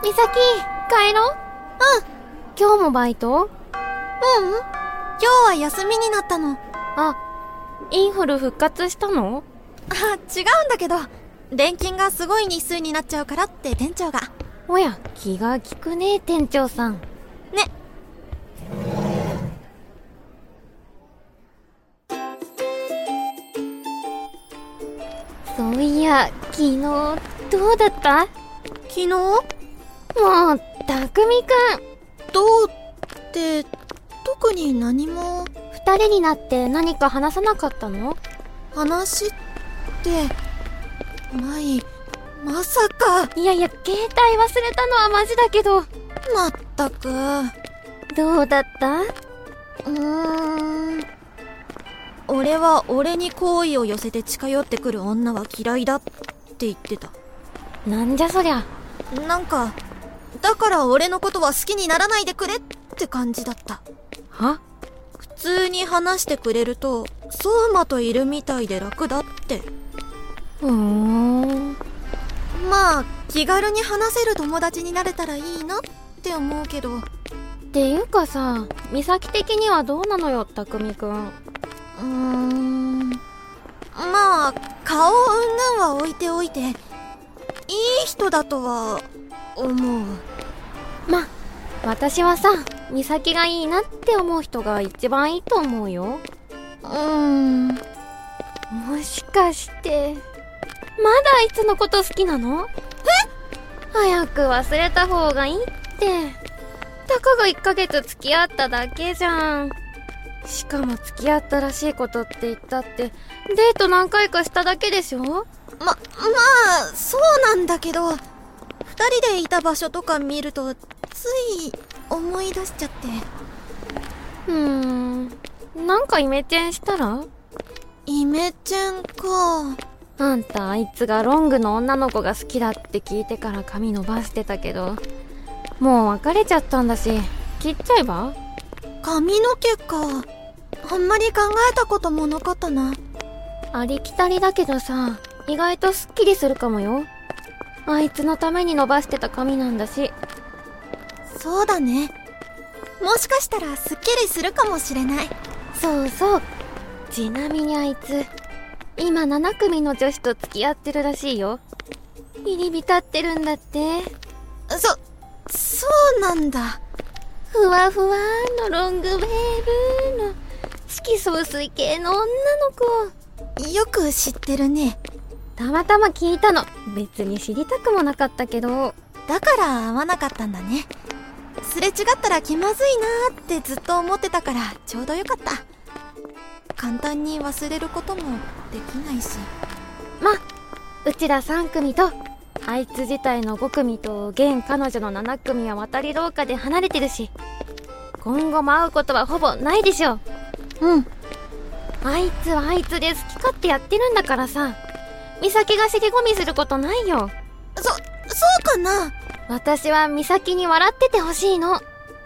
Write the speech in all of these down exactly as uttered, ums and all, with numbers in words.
みさき、帰ろう。うん。今日もバイト？ううん。 今日は休みになったの。 あ、インフル復活したの？ あ、違うんだけど、錬金がすごい日数になっちゃうからって店長が。 おや、気が利くね、店長さん。 ね。 そういや、昨日、どうだった？ 昨日？ もう、たくみくん。 どうって、特に何も。 二人になって何か話さなかったの？ 話って、舞、まさか。 いやいや、携帯忘れたのはマジだけど。 まったく。 どうだった？ うーん。俺は俺に好意を寄せて近寄ってくる女は嫌いだって言ってた。 なんじゃそりゃ。 なんか、だから俺のことは好きにならないでくれって感じだった。 は？ 普通に話してくれると相馬といるみたいで楽だって。 ふーん。 まあ気軽に話せる友達になれたらいいなって思うけど。 っていうかさ、美咲的にはどうなのよ、たくみくん。 うーん、まあ顔うんぬんは置いておいて、いい人だとは思う。 ま、私はさ、美咲がいいなって思う人が一番いいと思うよ。 うーん。もしかして、まだあいつのこと好きなの？え？早く忘れた方がいいって。たかがいっかげつ付き合っただけじゃん。しかも付き合ったらしいことって言ったって、デート何回かしただけでしょ？ま、 まあ、そうなんだけど、二人でいた場所とか見ると、つい思い出しちゃって。 うーん、なんかイメチェンしたら？ イメチェンか。 あんたあいつがロングの女の子が好きだって聞いてから髪伸ばしてたけど、もう別れちゃったんだし、切っちゃえば？ 髪の毛か。あんまり考えたこともなかったな。 ありきたりだけどさ、意外とスッキリするかもよ。あいつのために伸ばしてた髪なんだし。 そうだね。もしかしたらスッキリするかもしれない。 そうそう。ちなみにあいつ、今なな組の女子と付き合ってるらしいよ。入り浸ってるんだって。 そ、そうなんだ。 ふわふわのロングウェーブの色素薄い系の女の子。よく知ってるね。 たまたま聞いたの。別に知りたくもなかったけど。 だから会わなかったんだね。すれ違ったら気まずいなーってずっと思ってたからちょうどよかった。簡単に忘れることもできないし。 ま、うちらさん組とあいつ自体のご組と現彼女のなな組は渡り廊下で離れてるし、今後も会うことはほぼないでしょ。 うん。 あいつはあいつで好き勝手やってるんだからさ、美咲が尻込みすることないよ。 そ、そうかな。 私は美咲に笑っててほしいの。ま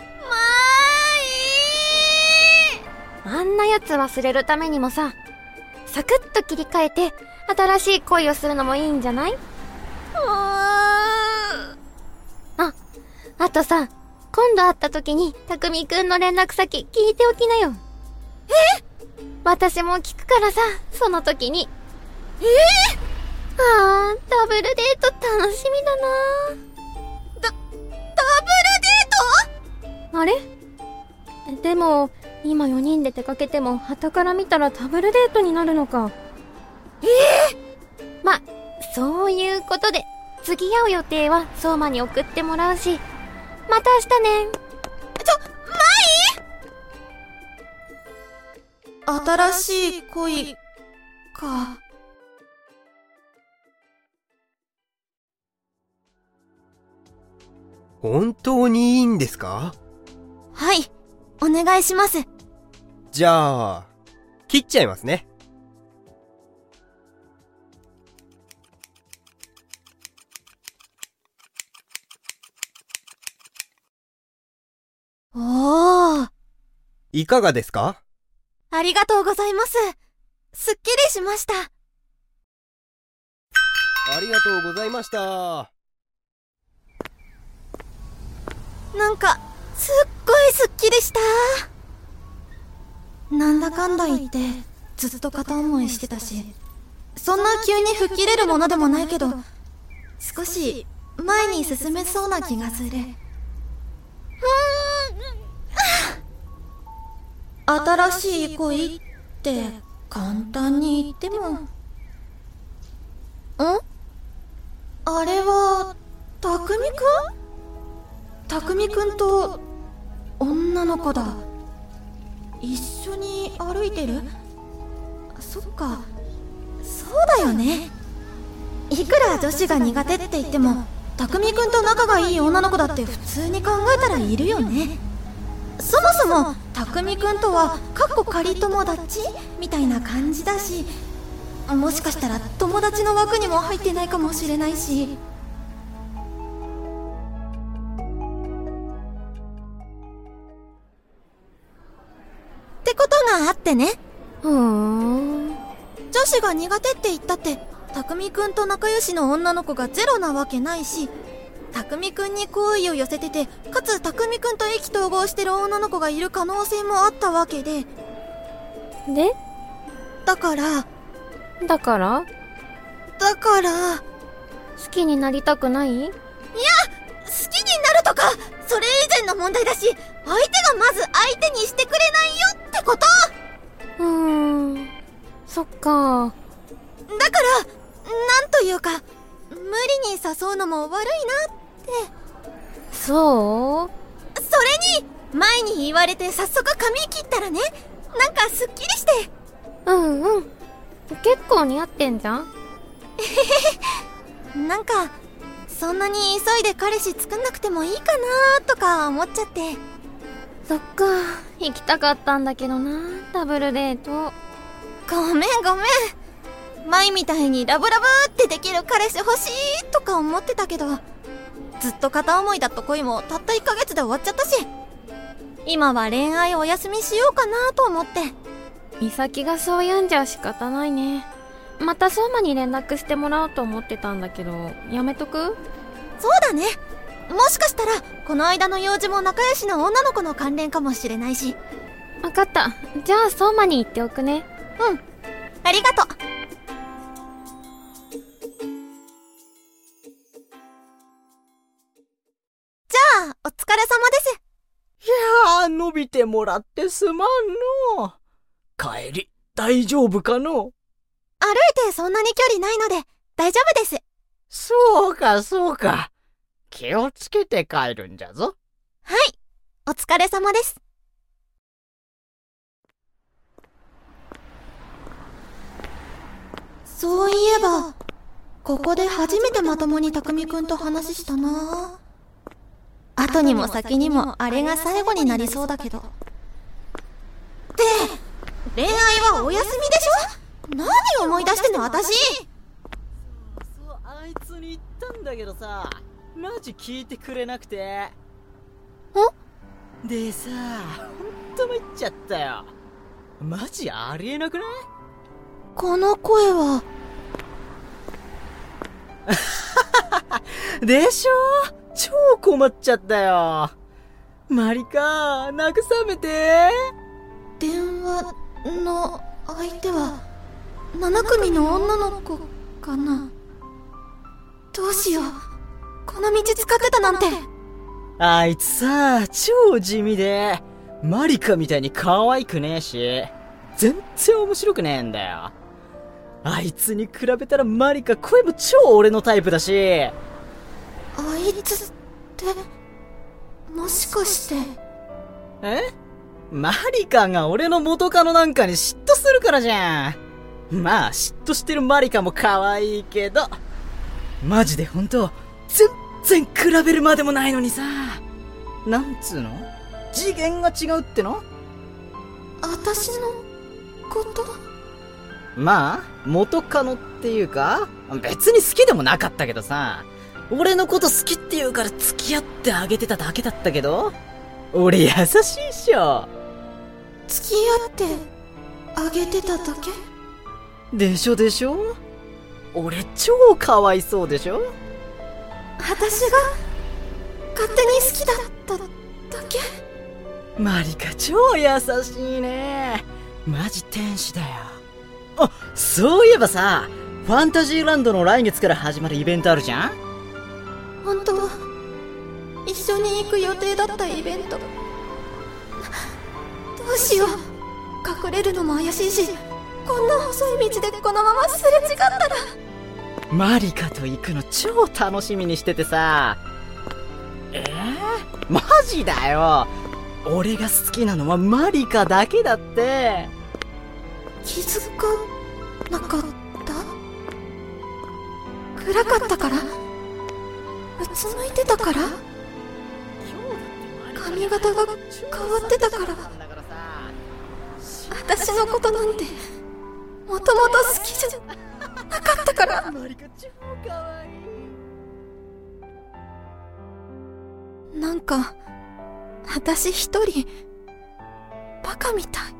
あいい。あんなやつ忘れるためにもさ、サクッと切り替えて新しい恋をするのもいいんじゃない？あ、あとさ、今度会った時にたくみくんの連絡先聞いておきなよ。え？私も聞くからさ、その時に。 えー、 あー、ダブルデート楽しみだな。 だ、ダブルデート？ あれ？でも今よにんで出かけても傍から見たらダブルデートになるのか。 えー、ま、そういうことで次会う予定は相馬に送ってもらうし、また明日ね。 ちょ、舞？新しい恋か。 本当にいいんですか？ はい、お願いします。 じゃあ、切っちゃいますね。 おー。 いかがですか？ ありがとうございます。すっきりしました。 ありがとうございました。 なんかすっごいすっきりした。なんだかんだ言ってずっと片思いしてたし、そんな急に吹っ切れるものでもないけど、少し前に進めそうな気がする。新しい恋って簡単に言っても。ん？あれはたくみくん？たくみくんと女の子だ。一緒に歩いてる？そっか、そうだよね。いくら女子が苦手って言っても、たくみくんと仲がいい女の子だって普通に考えたらいるよね。そもそもたくみくんとはかっこ仮友達みたいな感じだし、もしかしたら友達の枠にも入ってないかもしれないし。ってことがあってね。 ふーん。 女子が苦手って言ったってたくみくんと仲良しの女の子がゼロなわけないし、たくみくんに好意を寄せてて、かつたくみくんと意気投合してる女の子がいる可能性もあったわけで。 でだからだからだから好きになりたくない？いや、 好きになるとかそれ以前の問題だし、相手がまず相手にしてくれないよってこと。 うーん、そっか。 だからなんというか、無理に誘うのも悪いなって。 そう？ それに前に言われて早速髪切ったらね、なんかすっきりして。 うんうん、結構似合ってんじゃん。 なんかそんなに急いで彼氏作んなくてもいいかなとか思っちゃって。 そっか、行きたかったんだけどな、ダブルデート。 ごめんごめん。前みたいにラブラブってできる彼氏欲しいとか思ってたけど、ずっと片思いだった恋もたったいっかげつで終わっちゃったし、今は恋愛お休みしようかなと思って。 美咲がそう言うんじゃ仕方ないね。また相馬に連絡してもらおうと思ってたんだけど、やめとく？ そうだね。もしかしたらこの間の用事も仲良しの女の子の関連かもしれないし。 わかった。じゃあ相馬に言っておくね。 うん、ありがとう。じゃあお疲れ様です。 いやー、伸びてもらってすまんの。帰り大丈夫かの？ 歩いてそんなに距離ないので大丈夫です。 そうかそうか。気をつけて帰るんじゃぞ。 はい、お疲れ様です。そういえばここで初めてまともにたくみくんと話したな。後にも先にもあれが最後になりそうだけど。って恋愛はお休みでしょ。何思い出してんの私。 そうそう、あいつに言ったんだけどさ、マジ聞いてくれなくて。 ん？ でさ、ほんと参っちゃったよ。マジありえなくない？ この声は。 でしょ？超困っちゃったよ。マリカ、慰めて。 電話の相手はなな組の女の子かな。どうしよう、この道使ってたなんて。 あいつさ、超地味でマリカみたいに可愛くねえし、全然面白くねえんだよ。あいつに比べたらマリカ声も超俺のタイプだし。 あいつってもしかして。 え？マリカが俺の元カノなんかに嫉妬するからじゃん。まあ嫉妬してるマリカも可愛いけど、マジでほんと全然比べるまでもないのにさ。なんつうの？次元が違うっての？ 私のこと？ まあ元カノっていうか、別に好きでもなかったけどさ、俺のこと好きって言うから付き合ってあげてただけだったけど、俺優しいっしょ。 付き合ってあげてただけ？ でしょでしょ？俺超かわいそうでしょ？ 私が勝手に好きだっただけ。 マリカ超優しいね。マジ天使だよ。あ、そういえばさ、ファンタジーランドの来月から始まるイベントあるじゃん。 本当は一緒に行く予定だったイベント。どうしよう、隠れるのも怪しいし、こんな細い道でこのまますれ違ったら。 マリカと行くの超楽しみにしててさ。えー、マジだよ。俺が好きなのはマリカだけだって。 気づかなかった？暗かったから？うつむいてたから？髪型が変わってたから？私のことなんてもともと好きじゃなかったから？ マリカ超かわいい。 なんか私一人バカみたい。